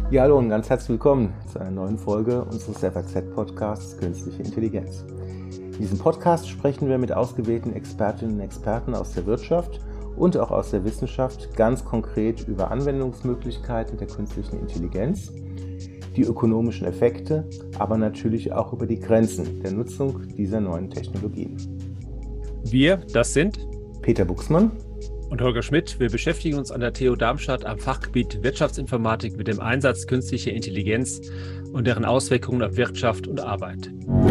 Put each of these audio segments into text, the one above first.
Ja, hallo und ganz herzlich willkommen zu einer neuen Folge unseres FAZ-Podcasts Künstliche Intelligenz. In diesem Podcast sprechen wir mit ausgewählten Expertinnen und Experten aus der Wirtschaft und auch aus der Wissenschaft ganz konkret über Anwendungsmöglichkeiten der künstlichen Intelligenz, die ökonomischen Effekte, aber natürlich auch über die Grenzen der Nutzung dieser neuen Technologien. Wir, das sind Peter Buxmann und Holger Schmidt. Wir beschäftigen uns an der TU Darmstadt am Fachgebiet Wirtschaftsinformatik mit dem Einsatz künstlicher Intelligenz und deren Auswirkungen auf Wirtschaft und Arbeit.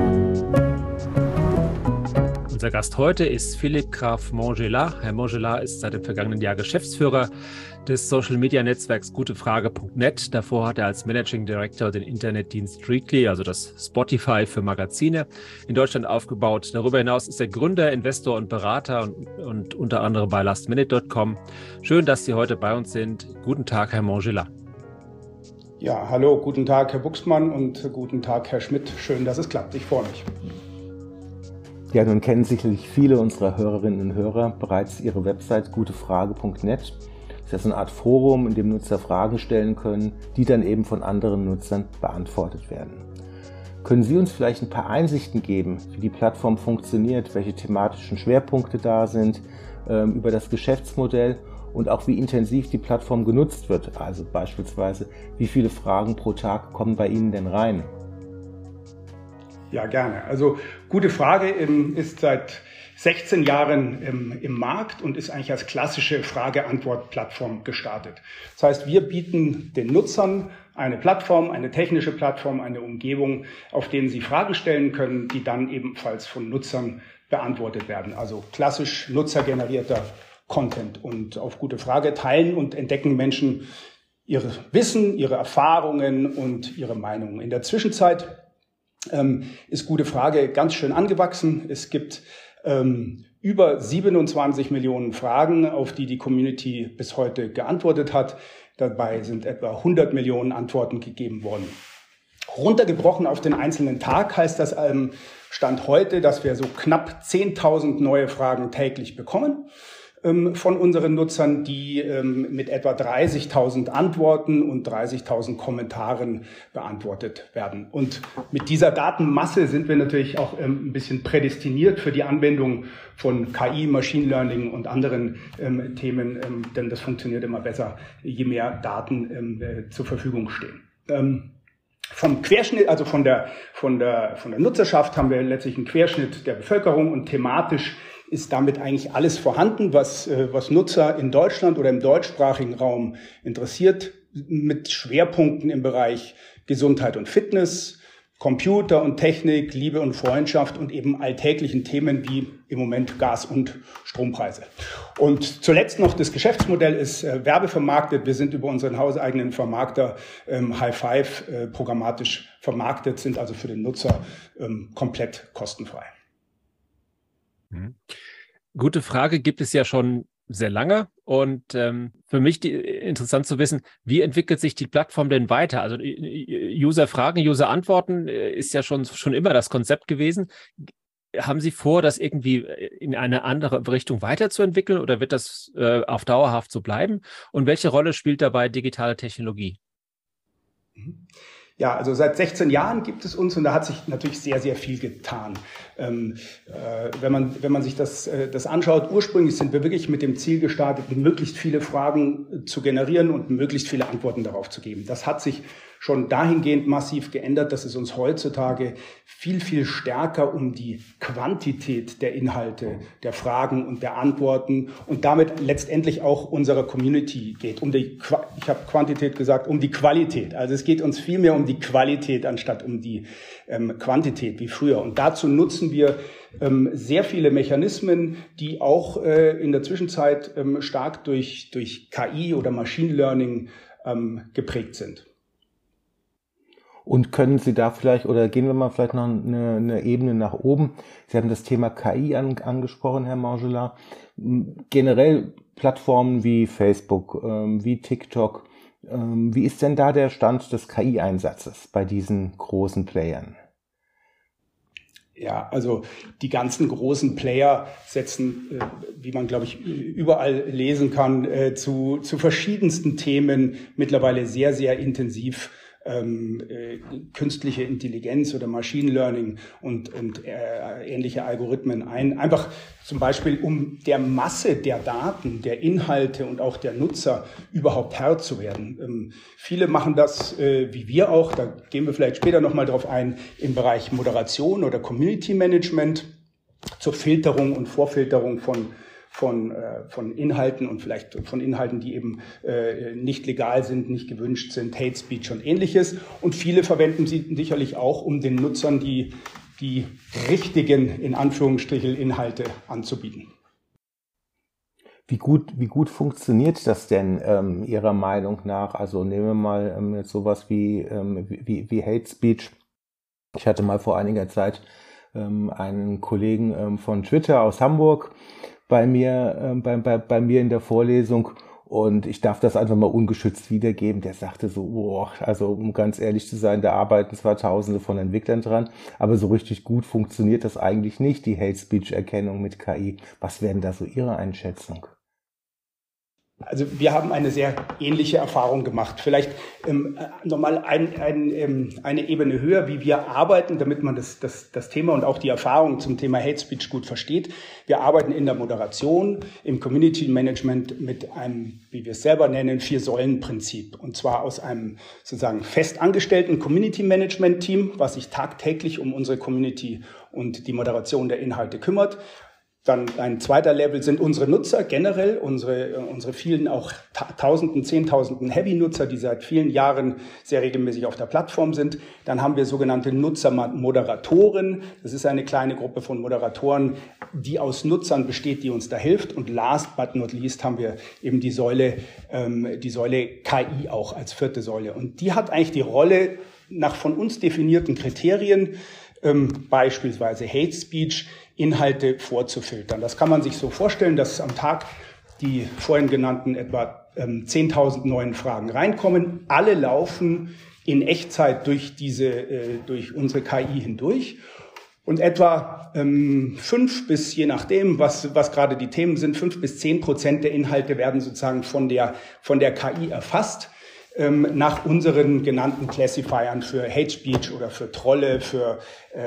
Unser Gast heute ist Philippe Graf Montgelas. Herr Montgelas ist seit dem vergangenen Jahr Geschäftsführer des Social-Media-Netzwerks Gutefrage.net. Davor hat er als Managing Director den Internetdienst Streetly, also das Spotify für Magazine, in Deutschland aufgebaut. Darüber hinaus ist er Gründer, Investor und Berater und unter anderem bei lastminute.com. Schön, dass Sie heute bei uns sind. Guten Tag, Herr Montgelas. Ja, hallo, guten Tag, Herr Buxmann, und guten Tag, Herr Schmidt. Schön, dass es klappt. Ich freue mich. Ja, nun kennen sicherlich viele unserer Hörerinnen und Hörer bereits ihre Website gutefrage.net. Das ist ja so eine Art Forum, in dem Nutzer Fragen stellen können, die dann eben von anderen Nutzern beantwortet werden. Können Sie uns vielleicht ein paar Einsichten geben, wie die Plattform funktioniert, welche thematischen Schwerpunkte da sind, über das Geschäftsmodell und auch wie intensiv die Plattform genutzt wird? Also beispielsweise, wie viele Fragen pro Tag kommen bei Ihnen denn rein? Ja, gerne. Also gute Frage ist seit 16 Jahren im Markt und ist eigentlich als klassische Frage-Antwort-Plattform gestartet. Das heißt, wir bieten den Nutzern eine Plattform, eine technische Plattform, eine Umgebung, auf denen sie Fragen stellen können, die dann ebenfalls von Nutzern beantwortet werden. Also klassisch nutzergenerierter Content. Und auf gute Frage teilen und entdecken Menschen ihr Wissen, ihre Erfahrungen und ihre Meinungen. In der Zwischenzeit ist gute Frage ganz schön angewachsen. Es gibt über 27 Millionen Fragen, auf die die Community bis heute geantwortet hat. Dabei sind etwa 100 Millionen Antworten gegeben worden. Runtergebrochen auf den einzelnen Tag heißt das Stand heute, dass wir so knapp 10.000 neue Fragen täglich bekommen von unseren Nutzern, die mit etwa 30.000 Antworten und 30.000 Kommentaren beantwortet werden. Und mit dieser Datenmasse sind wir natürlich auch ein bisschen prädestiniert für die Anwendung von KI, Machine Learning und anderen Themen, denn das funktioniert immer besser, je mehr Daten zur Verfügung stehen. Vom Querschnitt, also von der Nutzerschaft haben wir letztlich einen Querschnitt der Bevölkerung und thematisch ist damit eigentlich alles vorhanden, was Nutzer in Deutschland oder im deutschsprachigen Raum interessiert, mit Schwerpunkten im Bereich Gesundheit und Fitness, Computer und Technik, Liebe und Freundschaft und eben alltäglichen Themen wie im Moment Gas- und Strompreise. Und zuletzt noch das Geschäftsmodell ist werbevermarktet. Wir sind über unseren hauseigenen Vermarkter High Five programmatisch vermarktet, sind also für den Nutzer komplett kostenfrei. Gute Frage gibt es ja schon sehr lange und für mich interessant zu wissen, wie entwickelt sich die Plattform denn weiter? Also User Fragen, User Antworten ist ja schon immer das Konzept gewesen. Haben Sie vor, das irgendwie in eine andere Richtung weiterzuentwickeln oder wird das auf dauerhaft so bleiben? Und welche Rolle spielt dabei digitale Technologie? Ja, also seit 16 Jahren gibt es uns und da hat sich natürlich sehr, sehr viel getan. Wenn man sich das anschaut, ursprünglich sind wir wirklich mit dem Ziel gestartet, möglichst viele Fragen zu generieren und möglichst viele Antworten darauf zu geben. Das hat sich schon dahingehend massiv geändert, dass es uns heutzutage viel, viel stärker um die Quantität der Inhalte, der Fragen und der Antworten und damit letztendlich auch unserer Community geht. Ich habe Quantität gesagt, um die Qualität. Also es geht uns viel mehr um die Qualität anstatt um die Quantität wie früher. Und dazu nutzen wir sehr viele Mechanismen, die auch in der Zwischenzeit stark durch KI oder Machine Learning geprägt sind. Und können Sie da vielleicht, oder gehen wir mal vielleicht noch eine Ebene nach oben? Sie haben das Thema KI angesprochen, Herr Montgelas. Generell Plattformen wie Facebook, wie TikTok. Wie ist denn da der Stand des KI-Einsatzes bei diesen großen Playern? Ja, also die ganzen großen Player setzen, wie man, glaube ich, überall lesen kann, zu verschiedensten Themen mittlerweile sehr, sehr intensiv künstliche Intelligenz oder Machine Learning und ähnliche Algorithmen ein. Einfach zum Beispiel, um der Masse der Daten, der Inhalte und auch der Nutzer überhaupt Herr zu werden. Viele machen das, wie wir auch, da gehen wir vielleicht später nochmal drauf ein, im Bereich Moderation oder Community Management zur Filterung und Vorfilterung von Inhalten und vielleicht von Inhalten, die eben nicht legal sind, nicht gewünscht sind, Hate Speech und Ähnliches. Und viele verwenden sie sicherlich auch, um den Nutzern die richtigen, in Anführungsstrichen, Inhalte anzubieten. Wie gut funktioniert das denn Ihrer Meinung nach? Also nehmen wir mal jetzt sowas wie Hate Speech. Ich hatte mal vor einiger Zeit einen Kollegen von Twitter aus Hamburg bei mir in der Vorlesung, und ich darf das einfach mal ungeschützt wiedergeben. Der sagte so, also um ganz ehrlich zu sein, da arbeiten zwar Tausende von Entwicklern dran, aber so richtig gut funktioniert das eigentlich nicht, die Hate-Speech-Erkennung mit KI. Was wäre denn da so Ihre Einschätzung? Also wir haben eine sehr ähnliche Erfahrung gemacht. Vielleicht nochmal eine Ebene höher, wie wir arbeiten, damit man das Thema und auch die Erfahrung zum Thema Hate Speech gut versteht. Wir arbeiten in der Moderation, im Community Management mit einem, wie wir es selber nennen, 4-Säulen-Prinzip. Und zwar aus einem sozusagen festangestellten Community Management Team, was sich tagtäglich um unsere Community und die Moderation der Inhalte kümmert. Dann ein zweiter Level sind unsere Nutzer generell, unsere vielen auch Tausenden, Zehntausenden Heavy-Nutzer, die seit vielen Jahren sehr regelmäßig auf der Plattform sind. Dann haben wir sogenannte Nutzermoderatoren. Das ist eine kleine Gruppe von Moderatoren, die aus Nutzern besteht, die uns da hilft. Und last but not least haben wir eben die Säule KI auch als 4. Säule. Und die hat eigentlich die Rolle nach von uns definierten Kriterien, beispielsweise Hate Speech, Inhalte vorzufiltern. Das kann man sich so vorstellen, dass am Tag die vorhin genannten etwa 10.000 neuen Fragen reinkommen. Alle laufen in Echtzeit durch unsere KI hindurch. Und etwa 5 bis, je nachdem, was gerade die Themen sind, 5-10% der Inhalte werden sozusagen von der KI erfasst. Nach unseren genannten Classifiern für Hate Speech oder für Trolle, für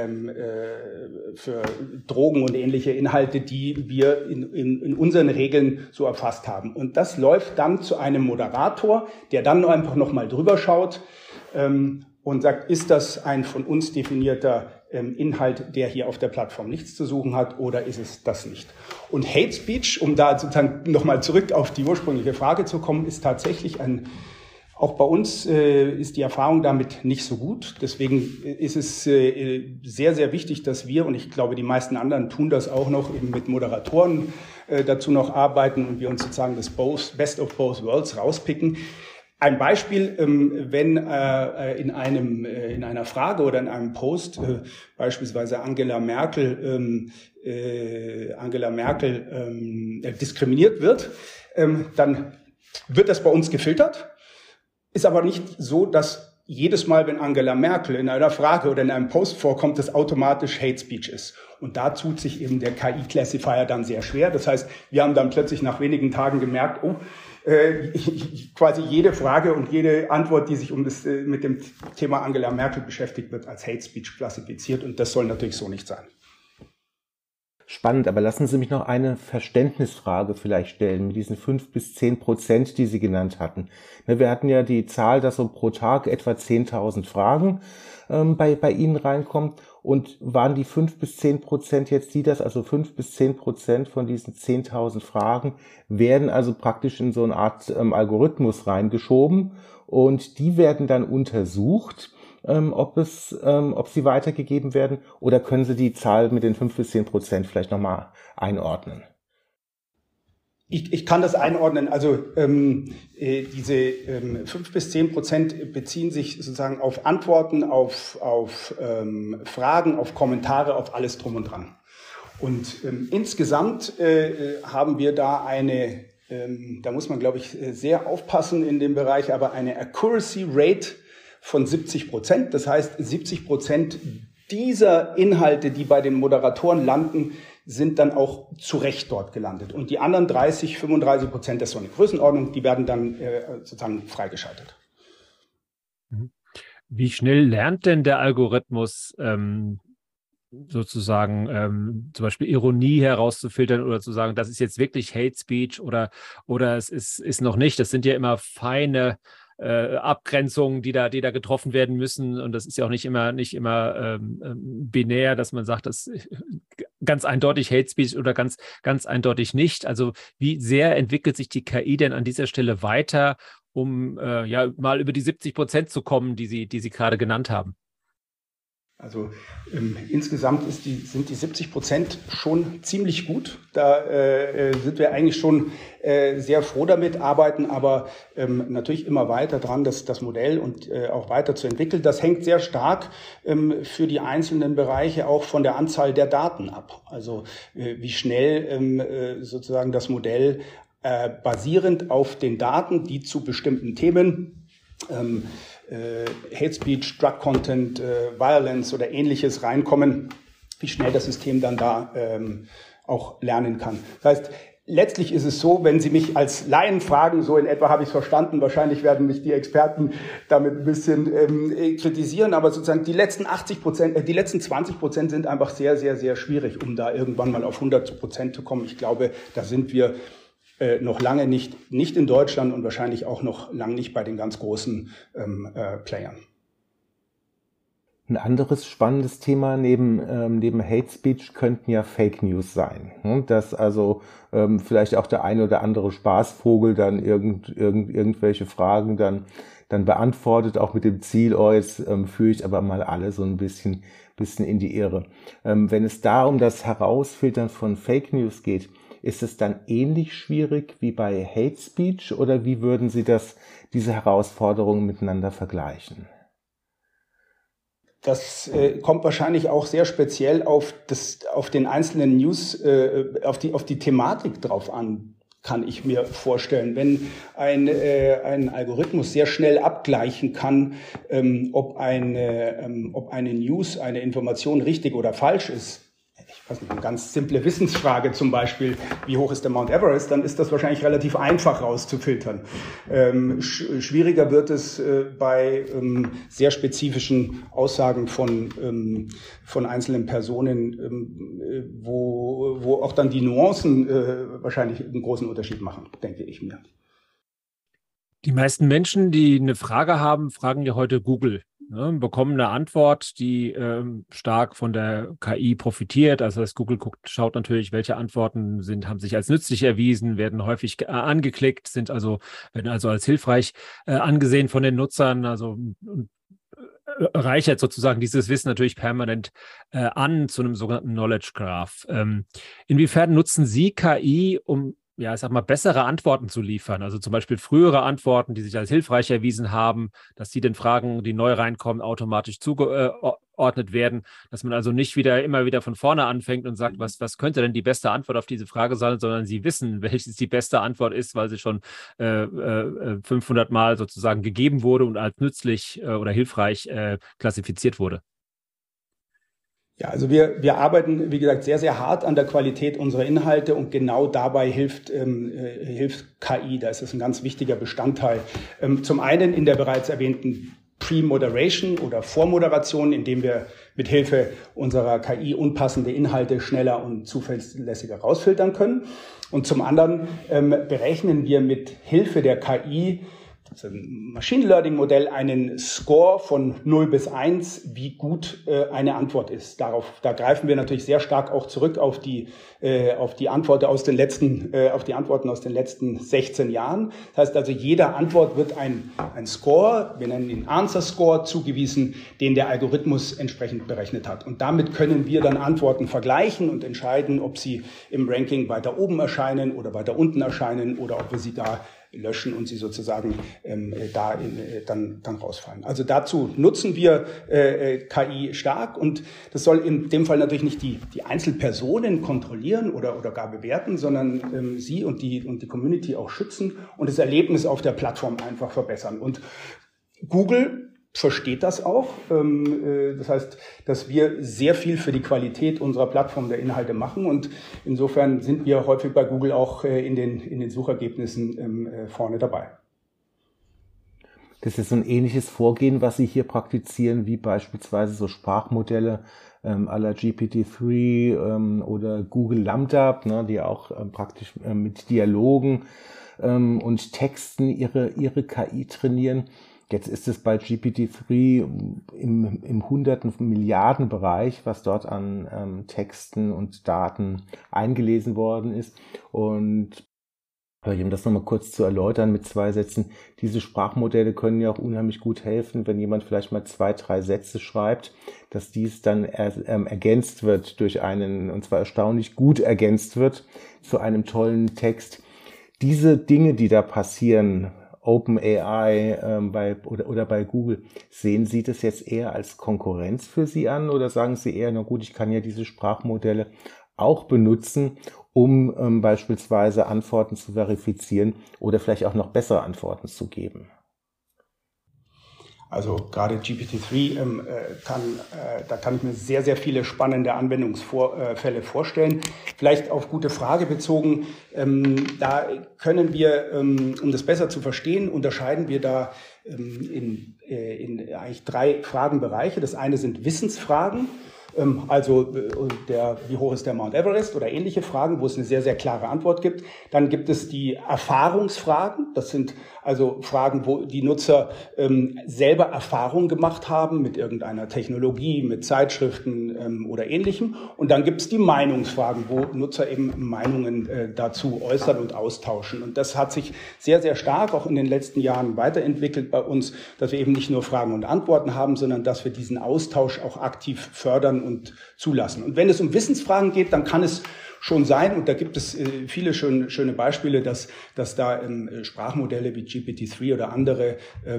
Drogen und ähnliche Inhalte, die wir in unseren Regeln so erfasst haben. Und das läuft dann zu einem Moderator, der dann einfach nochmal drüber schaut und sagt, ist das ein von uns definierter Inhalt, der hier auf der Plattform nichts zu suchen hat, oder ist es das nicht? Und Hate Speech, um da sozusagen nochmal zurück auf die ursprüngliche Frage zu kommen, ist tatsächlich auch bei uns ist die Erfahrung damit nicht so gut. Deswegen ist es sehr, sehr wichtig, dass wir, und ich glaube, die meisten anderen tun das auch noch, eben mit Moderatoren dazu noch arbeiten und wir uns sozusagen das Best of Both Worlds rauspicken. Ein Beispiel, wenn in einer Frage oder in einem Post beispielsweise Angela Merkel diskriminiert wird, dann wird das bei uns gefiltert. Ist aber nicht so, dass jedes Mal, wenn Angela Merkel in einer Frage oder in einem Post vorkommt, das automatisch Hate Speech ist. Und da tut sich eben der KI-Classifier dann sehr schwer. Das heißt, wir haben dann plötzlich nach wenigen Tagen gemerkt, quasi jede Frage und jede Antwort, die sich mit dem Thema Angela Merkel beschäftigt, wird als Hate Speech klassifiziert. Und das soll natürlich so nicht sein. Spannend, aber lassen Sie mich noch eine Verständnisfrage vielleicht stellen mit diesen 5-10%, die Sie genannt hatten. Wir hatten ja die Zahl, dass so pro Tag etwa 10.000 Fragen bei Ihnen reinkommen. Und waren die 5-10% jetzt also 5-10% von diesen 10.000 Fragen werden also praktisch in so eine Art Algorithmus reingeschoben und die werden dann untersucht, ob sie weitergegeben werden, oder können Sie die Zahl mit den 5-10% vielleicht nochmal einordnen? Ich kann das einordnen. Also diese 5-10% beziehen sich sozusagen auf Antworten, auf Fragen, auf Kommentare, auf alles drum und dran. Und insgesamt haben wir da da muss man, glaube ich, sehr aufpassen in dem Bereich, aber eine Accuracy Rate von 70%. Das heißt, 70% dieser Inhalte, die bei den Moderatoren landen, sind dann auch zu Recht dort gelandet. Und die anderen 35%, das ist so eine Größenordnung, die werden dann sozusagen freigeschaltet. Wie schnell lernt denn der Algorithmus sozusagen zum Beispiel Ironie herauszufiltern oder zu sagen, das ist jetzt wirklich Hate Speech oder es ist noch nicht. Das sind ja immer feine Abgrenzungen, die da getroffen werden müssen. Und das ist ja auch nicht immer binär, dass man sagt, das ist ganz eindeutig Hate Speech oder ganz eindeutig nicht. Also wie sehr entwickelt sich die KI denn an dieser Stelle weiter, um mal über die 70% zu kommen, die Sie gerade genannt haben? Also insgesamt sind die 70% schon ziemlich gut. Da sind wir eigentlich schon sehr froh damit, arbeiten aber natürlich immer weiter dran, das Modell und auch weiter zu entwickeln. Das hängt sehr stark für die einzelnen Bereiche auch von der Anzahl der Daten ab. Also wie schnell sozusagen das Modell basierend auf den Daten, die zu bestimmten Themen Hate Speech, Drug Content, Violence oder Ähnliches reinkommen, wie schnell das System dann da auch lernen kann. Das heißt, letztlich ist es so, wenn Sie mich als Laien fragen, so in etwa habe ich es verstanden, wahrscheinlich werden mich die Experten damit ein bisschen kritisieren, aber sozusagen die letzten 20% sind einfach sehr, sehr, sehr schwierig, um da irgendwann mal auf 100% zu kommen. Ich glaube, da sind wir noch lange nicht in Deutschland und wahrscheinlich auch noch lange nicht bei den ganz großen Playern. Ein anderes spannendes Thema neben Hate Speech könnten ja Fake News sein. Dass also vielleicht auch der eine oder andere Spaßvogel dann irgendwelche Fragen dann beantwortet, auch mit dem Ziel, jetzt führe ich aber mal alle so ein bisschen in die Irre. Wenn es da um das Herausfiltern von Fake News geht, ist es dann ähnlich schwierig wie bei Hate Speech oder wie würden Sie diese Herausforderungen miteinander vergleichen? Das kommt wahrscheinlich auch sehr speziell auf den einzelnen News, auf die Thematik drauf an, kann ich mir vorstellen. Wenn ein Algorithmus sehr schnell abgleichen kann, ob eine News, eine Information richtig oder falsch ist, ich weiß nicht, eine ganz simple Wissensfrage zum Beispiel, wie hoch ist der Mount Everest, dann ist das wahrscheinlich relativ einfach rauszufiltern. Schwieriger wird es bei sehr spezifischen Aussagen von einzelnen Personen, wo auch dann die Nuancen wahrscheinlich einen großen Unterschied machen, denke ich mir. Die meisten Menschen, die eine Frage haben, fragen ja heute Google. Bekommen eine Antwort, die stark von der KI profitiert. Also das Google schaut natürlich, welche Antworten haben sich als nützlich erwiesen, werden häufig angeklickt, werden also als hilfreich angesehen von den Nutzern. Also reichert sozusagen dieses Wissen natürlich permanent an zu einem sogenannten Knowledge Graph. Inwiefern nutzen Sie KI, um bessere Antworten zu liefern. Also zum Beispiel frühere Antworten, die sich als hilfreich erwiesen haben, dass die den Fragen, die neu reinkommen, automatisch zugeordnet werden, dass man also nicht immer wieder von vorne anfängt und sagt, was könnte denn die beste Antwort auf diese Frage sein, sondern sie wissen, welches die beste Antwort ist, weil sie schon 500 Mal sozusagen gegeben wurde und als nützlich oder hilfreich klassifiziert wurde. Ja, also wir arbeiten, wie gesagt, sehr, sehr hart an der Qualität unserer Inhalte und genau dabei hilft KI. Da ist es ein ganz wichtiger Bestandteil. Zum einen in der bereits erwähnten Pre-Moderation oder Vormoderation, indem wir mit Hilfe unserer KI unpassende Inhalte schneller und zuverlässiger rausfiltern können. Und zum anderen berechnen wir mit Hilfe der KI, das ist ein Machine Learning Modell, einen Score von 0 bis 1, wie gut eine Antwort ist. Da greifen wir natürlich sehr stark auch zurück auf die Antworten aus den letzten 16 Jahren. Das heißt also, jeder Antwort wird ein Score, wir nennen ihn Answer Score, zugewiesen, den der Algorithmus entsprechend berechnet hat. Und damit können wir dann Antworten vergleichen und entscheiden, ob sie im Ranking weiter oben erscheinen oder weiter unten erscheinen oder ob wir sie da löschen und sie sozusagen dann rausfallen. Also dazu nutzen wir KI stark und das soll in dem Fall natürlich nicht die Einzelpersonen kontrollieren oder gar bewerten, sondern sie und die Community auch schützen und das Erlebnis auf der Plattform einfach verbessern. Und Google versteht das auch. Das heißt, dass wir sehr viel für die Qualität unserer Plattform der Inhalte machen und insofern sind wir häufig bei Google auch in den Suchergebnissen vorne dabei. Das ist so ein ähnliches Vorgehen, was Sie hier praktizieren, wie beispielsweise so Sprachmodelle à la GPT-3 oder Google Lambda, ne, die auch praktisch mit Dialogen und Texten ihre KI trainieren. Jetzt ist es bei GPT-3 im hunderten Milliarden Bereich, was dort an Texten und Daten eingelesen worden ist. Und um das nochmal kurz zu erläutern mit 2 Sätzen, diese Sprachmodelle können ja auch unheimlich gut helfen, wenn jemand vielleicht mal 2, 3 Sätze schreibt, dass dies dann ergänzt wird durch einen, und zwar erstaunlich gut ergänzt wird, zu einem tollen Text. Diese Dinge, die da passieren, OpenAI oder bei Google, sehen Sie das jetzt eher als Konkurrenz für Sie an oder sagen Sie eher, na gut, ich kann ja diese Sprachmodelle auch benutzen, um beispielsweise Antworten zu verifizieren oder vielleicht auch noch bessere Antworten zu geben? Also gerade GPT-3 da kann ich mir sehr, sehr viele spannende Anwendungsfälle vorstellen. Vielleicht auf gute Frage bezogen, da können wir, um das besser zu verstehen, unterscheiden wir da in eigentlich 3 Fragenbereiche. Das eine sind Wissensfragen. Also wie hoch ist der Mount Everest oder ähnliche Fragen, wo es eine sehr, sehr klare Antwort gibt. Dann gibt es die Erfahrungsfragen. Das sind also Fragen, wo die Nutzer selber Erfahrungen gemacht haben mit irgendeiner Technologie, mit Zeitschriften oder Ähnlichem. Und dann gibt es die Meinungsfragen, wo Nutzer eben Meinungen dazu äußern und austauschen. Und das hat sich sehr, sehr stark auch in den letzten Jahren weiterentwickelt bei uns, dass wir eben nicht nur Fragen und Antworten haben, sondern dass wir diesen Austausch auch aktiv fördern und zulassen. Und wenn es um Wissensfragen geht, dann kann es schon sein, und da gibt es viele schöne Beispiele, dass da Sprachmodelle wie GPT-3 oder andere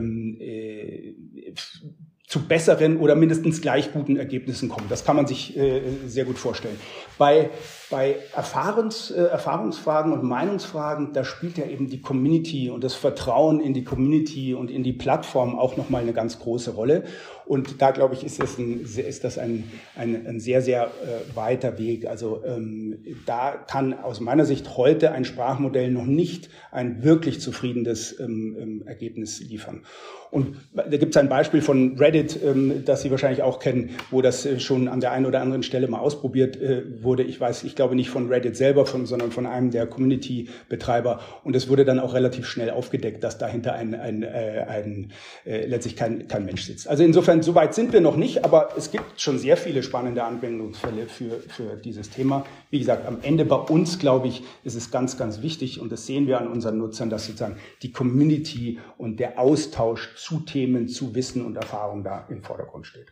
zu besseren oder mindestens gleich guten Ergebnissen kommen. Das kann man sich sehr gut vorstellen. Bei Erfahrungsfragen und Meinungsfragen, da spielt ja eben die Community und das Vertrauen in die Community und in die Plattform auch nochmal eine ganz große Rolle. Und da, glaube ich, ist das ein sehr, sehr weiter Weg. Also da kann aus meiner Sicht heute ein Sprachmodell noch nicht ein wirklich zufriedenes Ergebnis liefern. Und da gibt es ein Beispiel von Reddit, das Sie wahrscheinlich auch kennen, wo das schon an der einen oder anderen Stelle mal ausprobiert wurde. Ich glaube nicht von Reddit selber, sondern von einem der Community-Betreiber. Und es wurde dann auch relativ schnell aufgedeckt, dass dahinter letztlich kein Mensch sitzt. Also insofern, so weit sind wir noch nicht, aber es gibt schon sehr viele spannende Anwendungsfälle für dieses Thema. Wie gesagt, am Ende bei uns, glaube ich, ist es ganz, ganz wichtig, und das sehen wir an unseren Nutzern, dass sozusagen die Community und der Austausch zu Themen, zu Wissen und Erfahrung da im Vordergrund steht.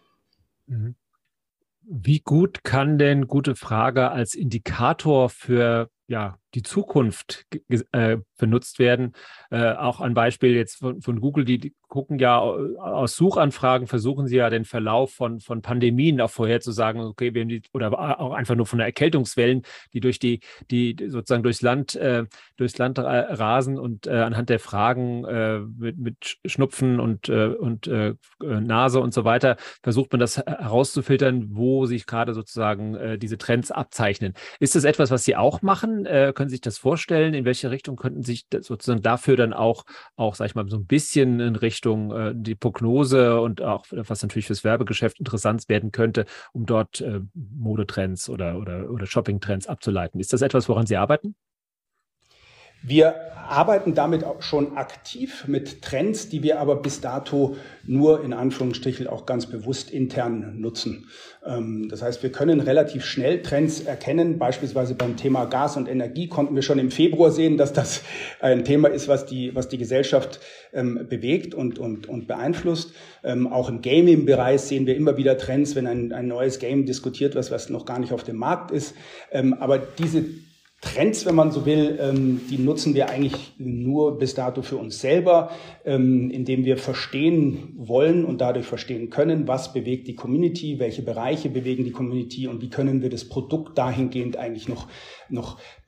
Wie gut kann denn gute Frage als Indikator für die Zukunft benutzt werden? Auch ein Beispiel jetzt von Google, die gucken ja aus Suchanfragen, versuchen sie ja den Verlauf von Pandemien auch vorherzusagen, okay, oder auch einfach nur von der Erkältungswellen, die sozusagen durchs Land rasen, und anhand der Fragen mit Schnupfen und Nase und so weiter versucht man das herauszufiltern, wo sich gerade sozusagen diese Trends abzeichnen. Ist das etwas, was Sie auch machen? Können Sie sich das vorstellen? In welche Richtung könnten Sie sich sozusagen dafür dann auch, sag ich mal, so ein bisschen in Richtung die Prognose und auch, was natürlich fürs Werbegeschäft interessant werden könnte, um dort Modetrends oder Shoppingtrends abzuleiten? Ist das etwas, woran Sie arbeiten? Wir arbeiten damit auch schon aktiv mit Trends, die wir aber bis dato nur in Anführungsstrichen auch ganz bewusst intern nutzen. Das heißt, wir können relativ schnell Trends erkennen. Beispielsweise beim Thema Gas und Energie konnten wir schon im Februar sehen, dass das ein Thema ist, was die Gesellschaft bewegt und beeinflusst. Auch im Gaming-Bereich sehen wir immer wieder Trends, wenn ein neues Game diskutiert wird, was noch gar nicht auf dem Markt ist. Aber diese Trends, wenn man so will, die nutzen wir eigentlich nur bis dato für uns selber, indem wir verstehen wollen und dadurch verstehen können, was bewegt die Community, welche Bereiche bewegen die Community und wie können wir das Produkt dahingehend eigentlich noch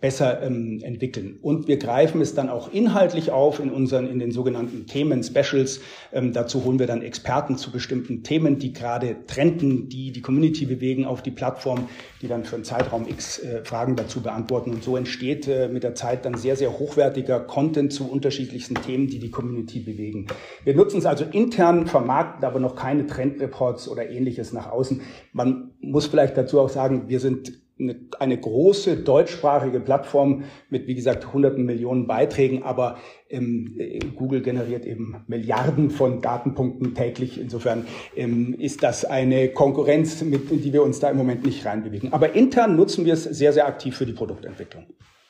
besser entwickeln. Und wir greifen es dann auch inhaltlich auf in den sogenannten Themen-Specials. Dazu holen wir dann Experten zu bestimmten Themen, die gerade trenden, die Community bewegen auf die Plattform, die dann für einen Zeitraum X Fragen dazu beantworten. Und so entsteht mit der Zeit dann sehr, sehr hochwertiger Content zu unterschiedlichsten Themen, die Community bewegen. Wir nutzen es also intern, vermarkten aber noch keine Trendreports oder Ähnliches nach außen. Man muss vielleicht dazu auch sagen, wir sind eine große deutschsprachige Plattform mit, wie gesagt, hunderten Millionen Beiträgen, aber Google generiert eben Milliarden von Datenpunkten täglich. Insofern ist das eine Konkurrenz, in die wir uns da im Moment nicht reinbewegen. Aber intern nutzen wir es sehr, sehr aktiv für die Produktentwicklung.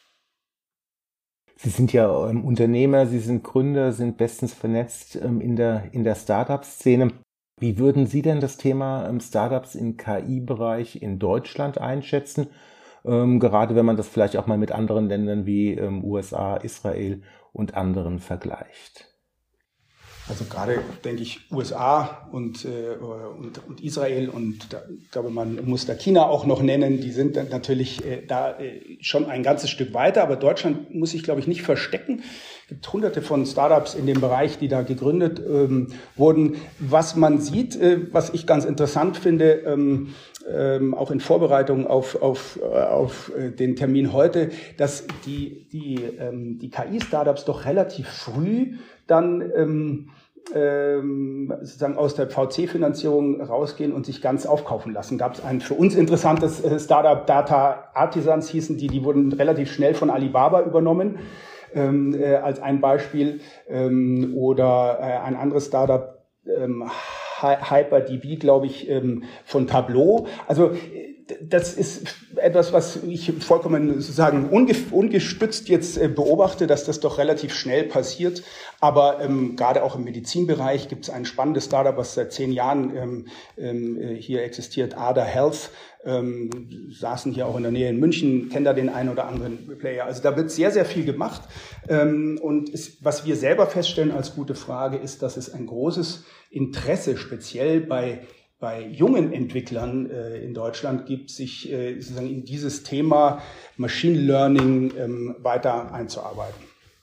Sie sind ja Unternehmer, Sie sind Gründer, sind bestens vernetzt in der Startup-Szene. Wie würden Sie denn das Thema Startups im KI-Bereich in Deutschland einschätzen? Gerade wenn man das vielleicht auch mal mit anderen Ländern wie USA, Israel und anderen vergleicht. Also gerade, denke ich, USA und Israel und ich glaube, man muss da China auch noch nennen, die sind dann natürlich da schon ein ganzes Stück weiter, aber Deutschland muss sich, glaube ich, nicht verstecken. Es gibt hunderte von Startups in dem Bereich, die da gegründet wurden. Was man sieht, was ich ganz interessant finde, auch in Vorbereitung auf den Termin heute, dass die KI-Startups doch relativ früh dann sozusagen aus der VC-Finanzierung rausgehen und sich ganz aufkaufen lassen. Gab es ein für uns interessantes Startup, Data Artisans hießen die wurden relativ schnell von Alibaba übernommen, als ein Beispiel, oder ein anderes Startup, HyperDB, glaube ich, von Tableau. Also das ist etwas, was ich vollkommen sozusagen ungestützt jetzt beobachte, dass das doch relativ schnell passiert. Aber gerade auch im Medizinbereich gibt es ein spannendes Startup, was seit 10 Jahren hier existiert, Ada Health. Saßen hier auch in der Nähe in München, kennen da den einen oder anderen Player. Also da wird sehr, sehr viel gemacht. Und was wir selber feststellen als gute Frage ist, dass es ein großes Interesse speziell bei jungen Entwicklern in Deutschland gibt, sich sozusagen in dieses Thema Machine Learning weiter einzuarbeiten.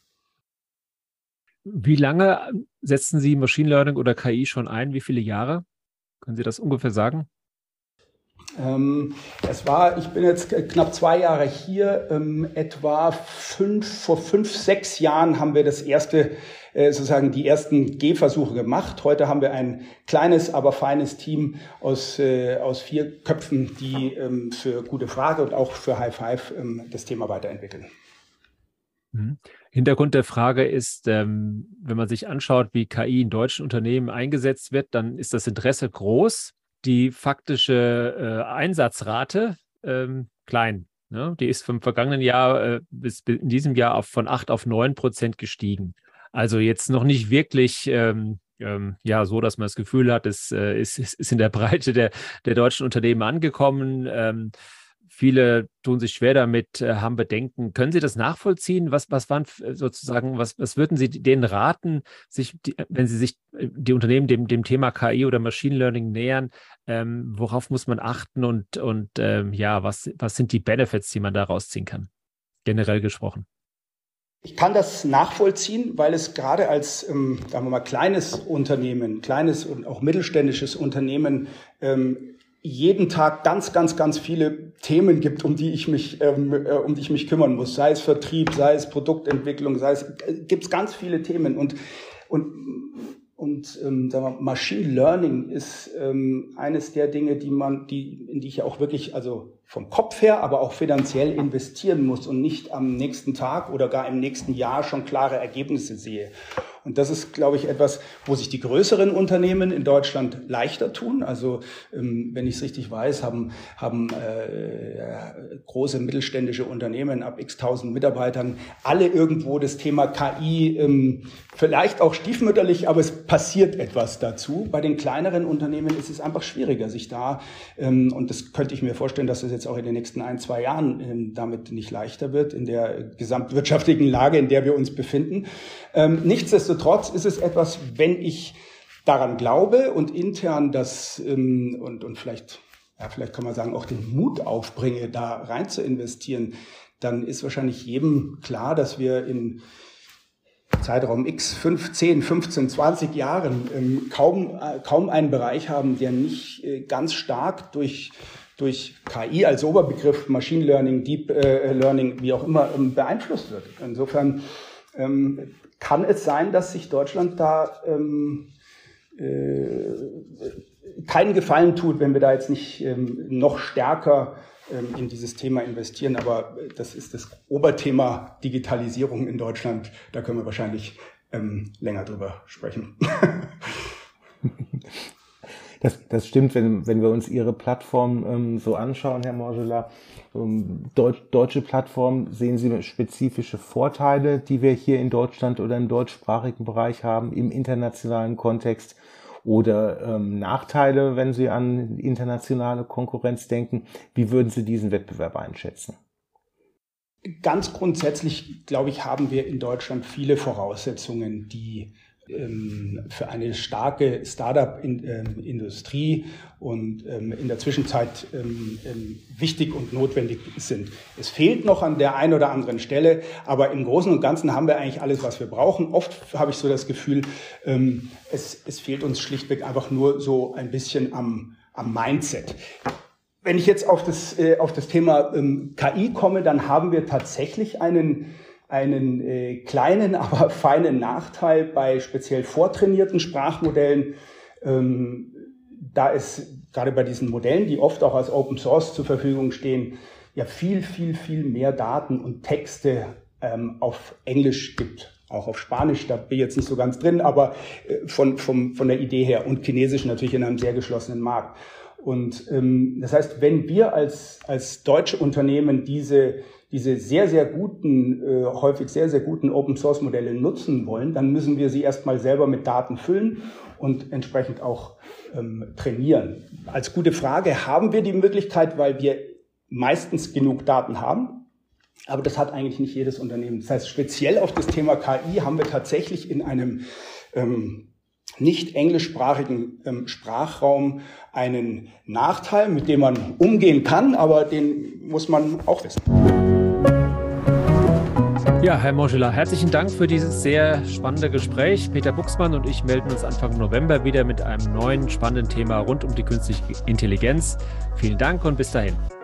Wie lange setzen Sie Machine Learning oder KI schon ein? Wie viele Jahre? Können Sie das ungefähr sagen? Ich bin jetzt knapp 2 Jahre hier, etwa vor 5, 6 Jahren haben wir die ersten Gehversuche gemacht. Heute haben wir ein kleines, aber feines Team aus 4 Köpfen, die für Gute Frage und auch für High Five das Thema weiterentwickeln. Hintergrund der Frage ist, wenn man sich anschaut, wie KI in deutschen Unternehmen eingesetzt wird, dann ist das Interesse groß. Die faktische Einsatzrate klein. Ne? Die ist vom vergangenen Jahr bis in diesem Jahr von 8 auf 9% gestiegen. Also jetzt noch nicht wirklich so, dass man das Gefühl hat, es ist in der Breite der deutschen Unternehmen angekommen. Viele tun sich schwer damit, haben Bedenken. Können Sie das nachvollziehen? Was würden Sie denen raten, wenn sie sich die Unternehmen dem Thema KI oder Machine Learning nähern? Worauf muss man achten und was sind die Benefits, die man daraus ziehen kann? Generell gesprochen. Ich kann das nachvollziehen, weil es gerade als, sagen wir mal, kleines und auch mittelständisches Unternehmen jeden Tag ganz, ganz, ganz viele Themen gibt, um die ich mich kümmern muss. Sei es Vertrieb, sei es Produktentwicklung, gibt's ganz viele Themen und sagen wir, Machine Learning ist eines der Dinge, in die ich auch wirklich, also vom Kopf her, aber auch finanziell investieren muss und nicht am nächsten Tag oder gar im nächsten Jahr schon klare Ergebnisse sehe. Und das ist, glaube ich, etwas, wo sich die größeren Unternehmen in Deutschland leichter tun. Also wenn ich es richtig weiß, haben große mittelständische Unternehmen ab x tausend Mitarbeitern alle irgendwo das Thema KI, vielleicht auch stiefmütterlich, aber es passiert etwas dazu. Bei den kleineren Unternehmen ist es einfach schwieriger, sich da, und das könnte ich mir vorstellen, dass es jetzt auch in den nächsten 1, 2 Jahren damit nicht leichter wird, in der gesamtwirtschaftlichen Lage, in der wir uns befinden. Nichtsdestotrotz ist es etwas, wenn ich daran glaube und intern das und vielleicht kann man sagen, auch den Mut aufbringe, da rein zu investieren, dann ist wahrscheinlich jedem klar, dass wir in Zeitraum X, 5, 10, 15, 20 Jahren kaum einen Bereich haben, der nicht ganz stark durch KI als Oberbegriff, Machine Learning, Deep Learning, wie auch immer, beeinflusst wird. Insofern kann es sein, dass sich Deutschland da keinen Gefallen tut, wenn wir da jetzt nicht noch stärker in dieses Thema investieren. Aber das ist das Oberthema Digitalisierung in Deutschland. Da können wir wahrscheinlich länger drüber sprechen. Das stimmt, wenn wir uns Ihre Plattform so anschauen, Herr Montgelas. Deutsche Plattform, sehen Sie spezifische Vorteile, die wir hier in Deutschland oder im deutschsprachigen Bereich haben, im internationalen Kontext? Oder Nachteile, wenn Sie an internationale Konkurrenz denken? Wie würden Sie diesen Wettbewerb einschätzen? Ganz grundsätzlich, glaube ich, haben wir in Deutschland viele Voraussetzungen, die für eine starke Start-up-Industrie und in der Zwischenzeit wichtig und notwendig sind. Es fehlt noch an der einen oder anderen Stelle, aber im Großen und Ganzen haben wir eigentlich alles, was wir brauchen. Oft habe ich so das Gefühl, es fehlt uns schlichtweg einfach nur so ein bisschen am Mindset. Wenn ich jetzt auf das Thema KI komme, dann haben wir tatsächlich einen kleinen, aber feinen Nachteil bei speziell vortrainierten Sprachmodellen. Da ist gerade bei diesen Modellen, die oft auch als Open Source zur Verfügung stehen, ja viel mehr Daten und Texte auf Englisch gibt. Auch auf Spanisch, da bin ich jetzt nicht so ganz drin, aber von der Idee her, und Chinesisch natürlich in einem sehr geschlossenen Markt. Und das heißt, wenn wir als deutsche Unternehmen diese sehr, sehr guten, häufig sehr, sehr guten Open-Source-Modelle nutzen wollen, dann müssen wir sie erstmal selber mit Daten füllen und entsprechend auch trainieren. Als gute Frage haben wir die Möglichkeit, weil wir meistens genug Daten haben, aber das hat eigentlich nicht jedes Unternehmen. Das heißt, speziell auf das Thema KI haben wir tatsächlich in einem nicht englischsprachigen Sprachraum einen Nachteil, mit dem man umgehen kann, aber den muss man auch wissen. Ja, Herr Montgelas, herzlichen Dank für dieses sehr spannende Gespräch. Peter Buchsmann und ich melden uns Anfang November wieder mit einem neuen spannenden Thema rund um die künstliche Intelligenz. Vielen Dank und bis dahin.